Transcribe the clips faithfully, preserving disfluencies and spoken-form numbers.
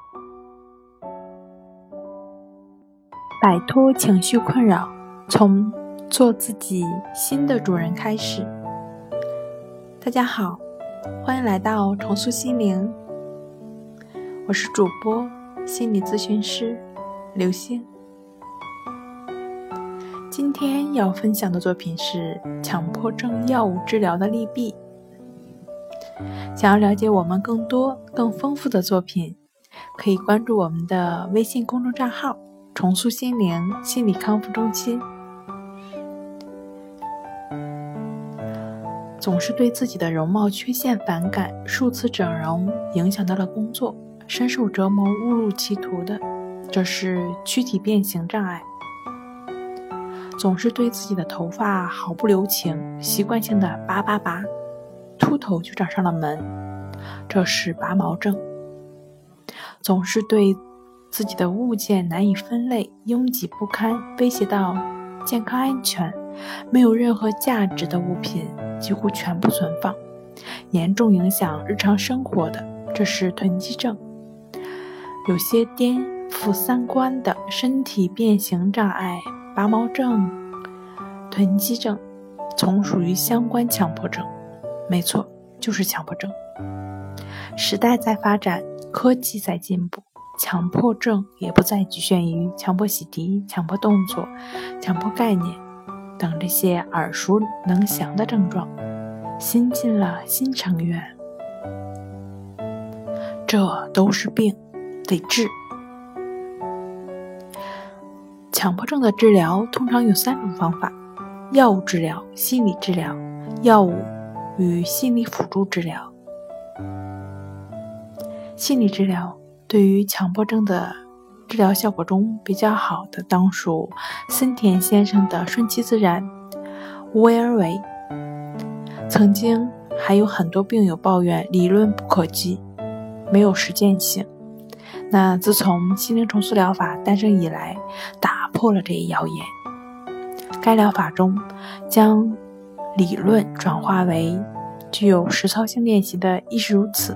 摆脱情绪困扰，从做自己新的主人开始。大家好，欢迎来到重塑心灵，我是主播心理咨询师刘星。今天要分享的作品是强迫症药物治疗的利弊。想要了解我们更多更丰富的作品，可以关注我们的微信公众账号重塑心灵心理康复中心。总是对自己的容貌缺陷反感，数次整容影响到了工作，深受折磨误入歧途的，这是躯体变形障碍。总是对自己的头发毫不留情，习惯性的拔拔拔，秃头就长上了门，这是拔毛症。总是对自己的物件难以分类，拥挤不堪，威胁到健康安全，没有任何价值的物品几乎全部存放，严重影响日常生活的，这是囤积症。有些颠覆三观的身体变形障碍，拔毛症、囤积症，从属于相关强迫症。没错，就是强迫症。时代在发展，科技在进步，强迫症也不再局限于强迫洗涤、强迫动作、强迫概念等这些耳熟能详的症状，新进了新成员。这都是病，得治。强迫症的治疗通常有三种方法：药物治疗、心理治疗、药物与心理辅助治疗。心理治疗对于强迫症的治疗效果中比较好的，当属森田先生的顺其自然、无为而为。曾经还有很多病友抱怨理论不可及，没有实践性。那自从心灵重塑疗法诞生以来，打破了这一谣言。该疗法中将理论转化为具有实操性练习的亦是如此，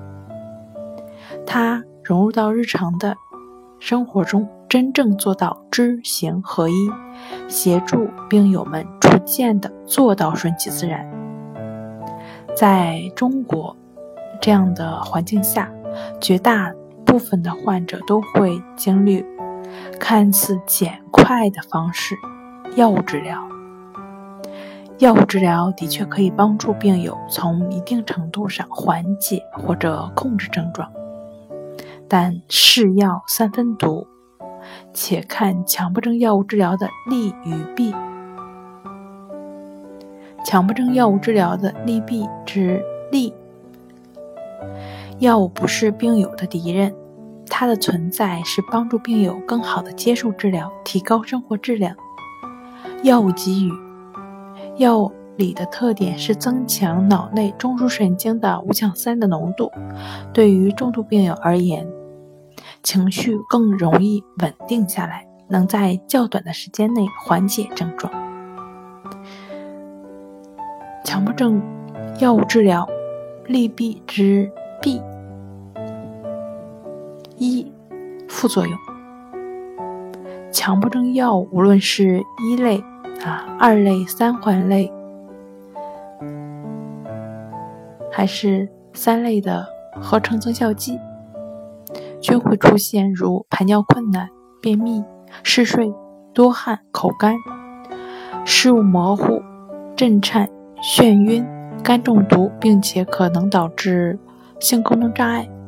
它融入到日常的生活中，真正做到知行合一，协助病友们逐渐地做到顺其自然。在中国这样的环境下，绝大部分的患者都会经历看似简快的方式，药物治疗。药物治疗的确可以帮助病友从一定程度上缓解或者控制症状，但是药三分毒，且看强迫症药物治疗的利与弊。强迫症药物治疗的利弊之利，药物不是病友的敌人，它的存在是帮助病友更好地接受治疗，提高生活质量。药物给予，药物里的特点是增强脑内中枢神经的五羟三的浓度，对于重度病友而言，情绪更容易稳定下来，能在较短的时间内缓解症状。强迫症药物治疗利弊之弊：一、副作用。强迫症药物无论是一类、啊、二类、三环类，还是三类的合成增效剂，均会出现如排尿困难、便秘、嗜睡、多汗、口干、视物模糊、震颤、眩晕、肝中毒，并且可能导致性功能障碍。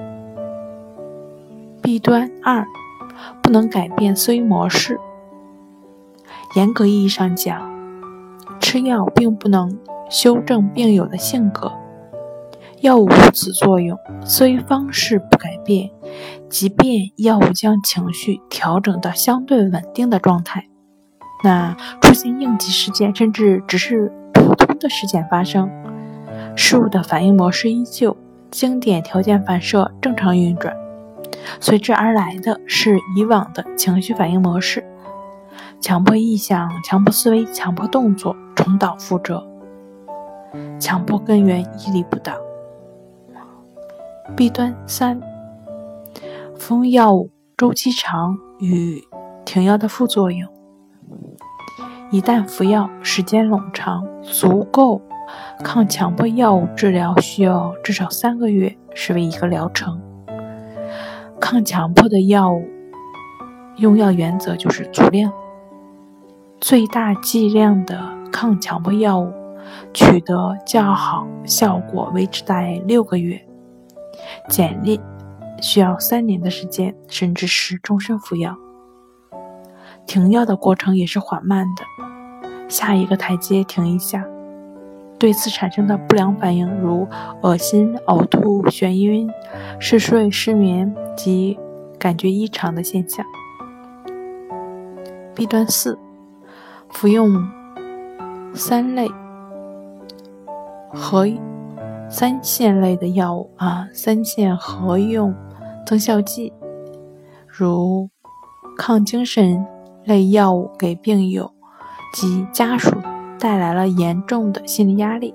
弊端二，不能改变思维模式。严格意义上讲，吃药并不能修正病友的性格，药物无此作用，思维方式不改变，即便药物将情绪调整到相对稳定的状态，那出现应激事件甚至只是普通的事件发生，事物的反应模式依旧，经典条件反射正常运转，随之而来的是以往的情绪反应模式，强迫意向、强迫思维、强迫动作，重蹈覆辙，强迫根源屹立不倒。弊端三， 风药物周期长与停药的副作用。一旦服药时间冗长，足够抗强迫药物治疗需要至少三个月视为一个疗程。抗强迫的药物用药原则就是足量，最大剂量的抗强迫药物取得较好效果维持在六个月，简历需要三年的时间，甚至是终身服药。停药的过程也是缓慢的，下一个台阶停一下，对此产生的不良反应如恶心、呕吐、眩晕、嗜睡、失眠及感觉异常的现象。弊端四，服用三类合三线类的药物啊，三线合用增效剂，如抗精神类药物给病友及家属带来了严重的心理压力。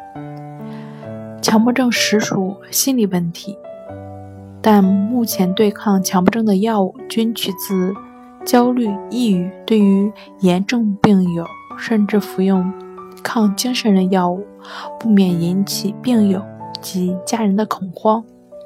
强迫症实属心理问题，但目前对抗强迫症的药物均取自焦虑、抑郁。对于严重病友，甚至服用抗精神类药物，不免引起病友及家人的恐慌。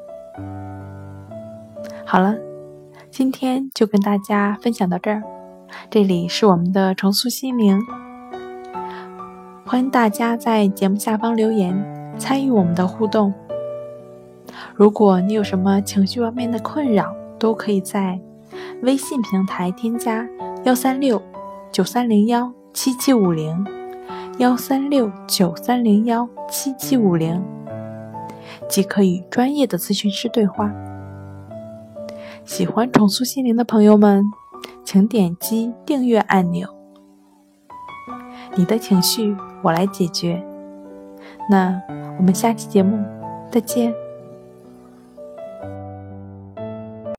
好了，今天就跟大家分享到这儿。这里是我们的重塑心灵，欢迎大家在节目下方留言，参与我们的互动。如果你有什么情绪方面的困扰，都可以在微信平台添加幺三六九三零幺七七五零幺三六九三零幺七七五零，即可与专业的咨询师对话。喜欢重塑心灵的朋友们，请点击订阅按钮。你的情绪我来解决。那我们下期节目再见。